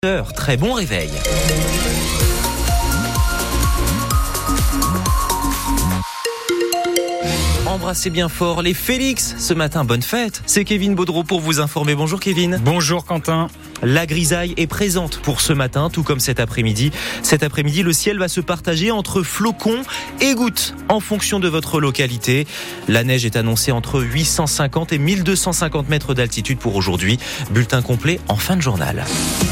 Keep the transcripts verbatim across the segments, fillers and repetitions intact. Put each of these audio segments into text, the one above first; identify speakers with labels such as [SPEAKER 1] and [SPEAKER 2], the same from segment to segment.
[SPEAKER 1] Heure, très bon réveil. Embrassez bien fort les Félix ce matin, bonne fête. C'est Kevin Baudreau pour vous informer. Bonjour Kevin.
[SPEAKER 2] Bonjour Quentin.
[SPEAKER 1] La grisaille est présente pour ce matin, tout comme cet après-midi. Cet après-midi, le ciel va se partager entre flocons et gouttes en fonction de votre localité. La neige est annoncée entre huit cent cinquante et mille deux cent cinquante mètres d'altitude pour aujourd'hui. Bulletin complet en fin de journal.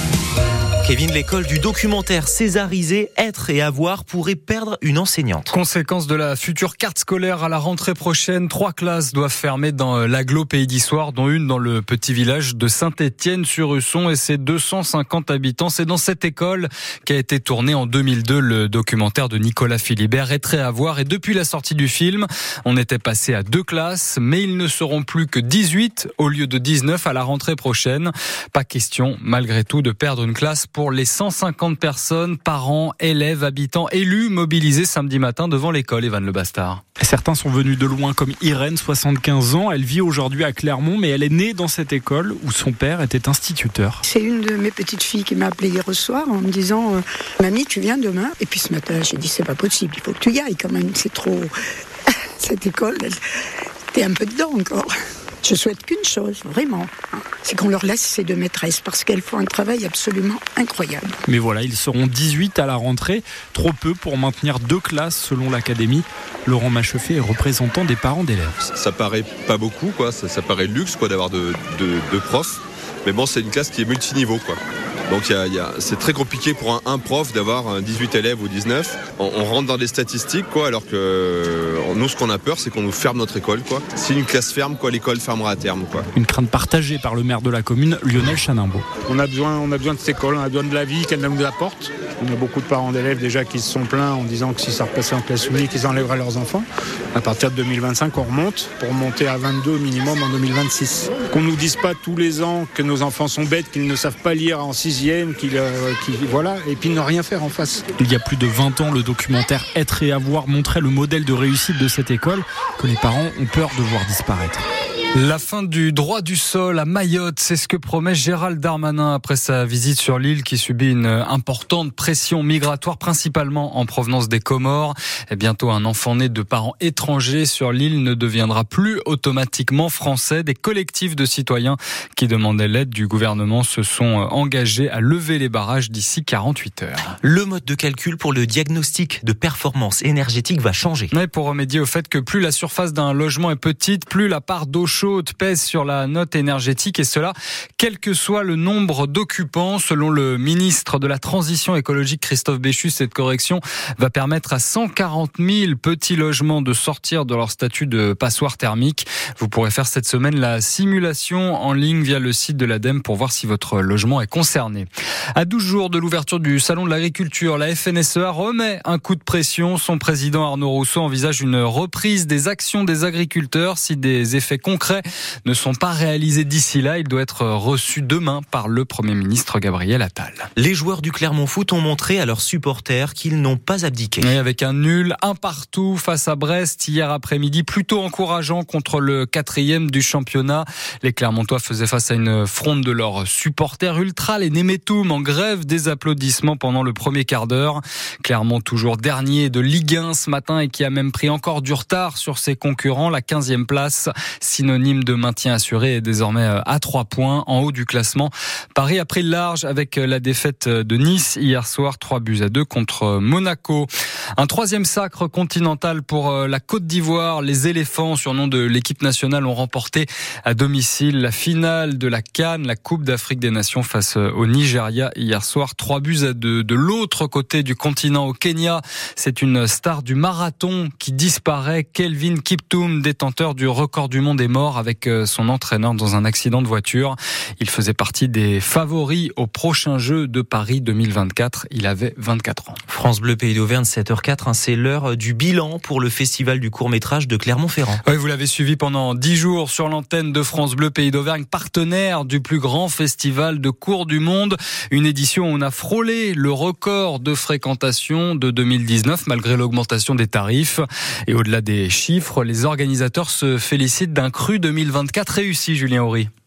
[SPEAKER 1] Kevin, l'école du documentaire césarisé Être et Avoir pourrait perdre une enseignante.
[SPEAKER 2] Conséquence de la future carte scolaire à la rentrée prochaine, trois classes doivent fermer dans l'agglo Pays d'Issoire, dont une dans le petit village de Saint-Étienne-sur-Usson et ses deux cent cinquante habitants. C'est dans cette école qu'a été tourné en deux mille deux le documentaire de Nicolas Philibert, Être et Avoir. Et depuis la sortie du film, on était passé à deux classes, mais ils ne seront plus que dix-huit au lieu de dix-neuf à la rentrée prochaine. Pas question, malgré tout, de perdre une classe pour pour les cent cinquante personnes, parents, élèves, habitants, élus mobilisés samedi matin devant l'école, Evan Le Bastard.
[SPEAKER 3] Certains sont venus de loin comme Irène, soixante-quinze ans. Elle vit aujourd'hui à Clermont, mais elle est née dans cette école où son père était instituteur.
[SPEAKER 4] C'est une de mes petites filles qui m'a appelée hier au soir en me disant euh, « Mamie, tu viens demain ?» Et puis ce matin, j'ai dit « C'est pas possible, il faut que tu y ailles quand même, c'est trop... » Cette école, elle... t'es un peu dedans encore. Je souhaite qu'une chose, vraiment, c'est qu'on leur laisse ces deux maîtresses parce qu'elles font un travail absolument incroyable.
[SPEAKER 3] Mais voilà, ils seront dix-huit à la rentrée, trop peu pour maintenir deux classes selon l'académie. Laurent Macheffé est représentant des parents d'élèves.
[SPEAKER 5] Ça, ça paraît pas beaucoup, quoi. Ça, ça paraît luxe quoi, d'avoir deux de, de profs, mais bon, c'est une classe qui est multiniveau, quoi. Donc y a, y a, c'est très compliqué pour un, un prof d'avoir dix-huit élèves ou dix-neuf. On, on rentre dans des statistiques, quoi, alors que nous, ce qu'on a peur, c'est qu'on nous ferme notre école, quoi. Si une classe ferme, quoi, l'école fermera à terme, quoi.
[SPEAKER 3] Une crainte partagée par le maire de la commune, Lionel Chanimbault.
[SPEAKER 6] On a besoin, on a besoin de cette école, on a besoin de la vie qu'elle nous apporte. On a beaucoup de parents d'élèves déjà qui se sont plaints en disant que si ça repassait en classe unique, ils enlèveraient leurs enfants. À partir de deux mille vingt-cinq, on remonte pour monter à vingt-deux au minimum en deux mille vingt-six. Qu'on nous dise pas tous les ans que nos enfants sont bêtes, qu'ils ne savent pas lire en sixième, qu'ils euh, Qui, voilà, et puis ne rien faire en face.
[SPEAKER 3] Il y a plus de vingt ans, le documentaire Être et Avoir montrait le modèle de réussite de cette école que les parents ont peur de voir disparaître.
[SPEAKER 2] La fin du droit du sol à Mayotte, c'est ce que promet Gérald Darmanin après sa visite sur l'île qui subit une importante pression migratoire, principalement en provenance des Comores. Et bientôt, un enfant né de parents étrangers sur l'île ne deviendra plus automatiquement français. Des collectifs de citoyens qui demandaient l'aide du gouvernement se sont engagés à lever les barrages d'ici quarante-huit heures.
[SPEAKER 1] Le mode de calcul pour le diagnostic de performance énergétique va changer.
[SPEAKER 2] Ouais, pour remédier au fait que plus la surface d'un logement est petite, plus la part d'eau chaude pèse sur la note énergétique, et cela quel que soit le nombre d'occupants. Selon le ministre de la Transition écologique Christophe Béchu, cette correction va permettre à cent quarante mille petits logements de sortir de leur statut de passoire thermique. Vous pourrez faire cette semaine la simulation en ligne via le site de l'ADEME pour voir si votre logement est concerné. À douze jours de l'ouverture du Salon de l'Agriculture, la F N S E A remet un coup de pression. Son président Arnaud Rousseau envisage une reprise des actions des agriculteurs si des effets concrets ne sont pas réalisés d'ici là. Il doit être reçu demain par le Premier ministre Gabriel Attal.
[SPEAKER 1] Les joueurs du Clermont Foot ont montré à leurs supporters qu'ils n'ont pas abdiqué.
[SPEAKER 2] Et avec un nul, un partout face à Brest hier après-midi, plutôt encourageant contre le quatrième du championnat. Les Clermontois faisaient face à une fronde de leurs supporters ultra, les Némétoum, en grève des applaudissements pendant le premier quart d'heure. Clermont toujours dernier de Ligue un ce matin et qui a même pris encore du retard sur ses concurrents. La quinzième place, synonyme de maintien assuré, est désormais à trois points en haut du classement. Paris a pris le large avec la défaite de Nice hier soir, trois buts à deux contre Monaco. Un troisième sacre continental pour la Côte d'Ivoire. Les éléphants, surnom de l'équipe nationale, ont remporté à domicile la finale de la CAN, la Coupe d'Afrique des Nations, face au Nigeria hier soir, trois buts à deux. De l'autre côté du continent, au Kenya, c'est une star du marathon qui disparaît. Kelvin Kiptum, détenteur du record du monde, est mort avec son entraîneur dans un accident de voiture. Il faisait partie des favoris aux prochains Jeux de Paris deux mille vingt-quatre. Il avait vingt-quatre ans.
[SPEAKER 1] France Bleu Pays d'Auvergne, sept heures quatre, hein, c'est l'heure du bilan pour le festival du court-métrage de Clermont-Ferrand.
[SPEAKER 2] Oui, vous l'avez suivi pendant dix jours sur l'antenne de France Bleu Pays d'Auvergne, partenaire du plus grand festival de court du monde. Une édition où on a frôlé le record de fréquentation de deux mille dix-neuf malgré l'augmentation des tarifs. Et au-delà des chiffres, les organisateurs se félicitent d'un cru deux mille vingt-quatre réussi, Julien Horry.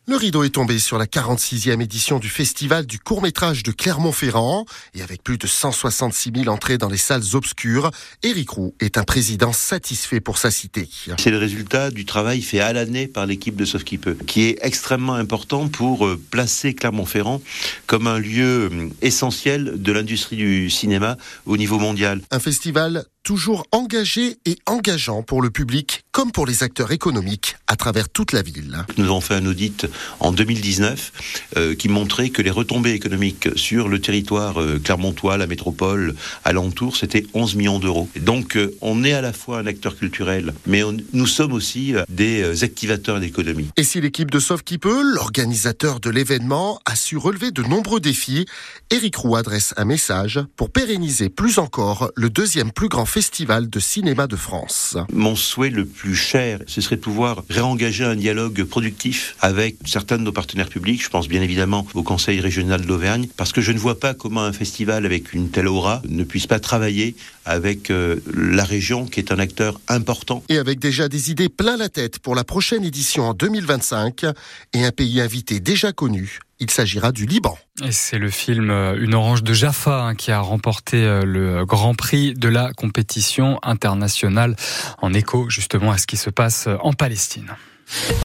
[SPEAKER 7] Le rideau est tombé sur la quarante-sixième édition du festival du court-métrage de Clermont-Ferrand. Et avec plus de cent soixante-six mille entrées dans les salles obscures, Éric Roux est un président satisfait pour sa cité.
[SPEAKER 8] C'est le résultat du travail fait à l'année par l'équipe de Sauve qui peut, qui est extrêmement important pour placer Clermont-Ferrand comme un lieu essentiel de l'industrie du cinéma au niveau mondial.
[SPEAKER 7] Un festival toujours engagé et engageant pour le public comme pour les acteurs économiques à travers toute la ville.
[SPEAKER 8] Nous avons fait un audit en deux mille dix-neuf euh, qui montrait que les retombées économiques sur le territoire euh, clermontois, la métropole, alentour, c'était onze millions d'euros. Donc euh, on est à la fois un acteur culturel, mais on, nous sommes aussi euh, des euh, activateurs d'économie.
[SPEAKER 7] Et si l'équipe de Sauve qui peut, l'organisateur de l'événement, a su relever de nombreux défis, Éric Roux adresse un message pour pérenniser plus encore le deuxième plus grand festival de cinéma de France.
[SPEAKER 8] Mon souhait le plus cher, ce serait de pouvoir réengager un dialogue productif avec certains de nos partenaires publics. Je pense bien évidemment au Conseil régional d'Auvergne, parce que je ne vois pas comment un festival avec une telle aura ne puisse pas travailler avec euh, la région, qui est un acteur important.
[SPEAKER 7] Et avec déjà des idées plein la tête pour la prochaine édition en deux mille vingt-cinq et un pays invité déjà connu. Il s'agira du Liban.
[SPEAKER 2] Et c'est le film Une orange de Jaffa hein, qui a remporté le grand prix de la compétition internationale en écho justement à ce qui se passe en Palestine.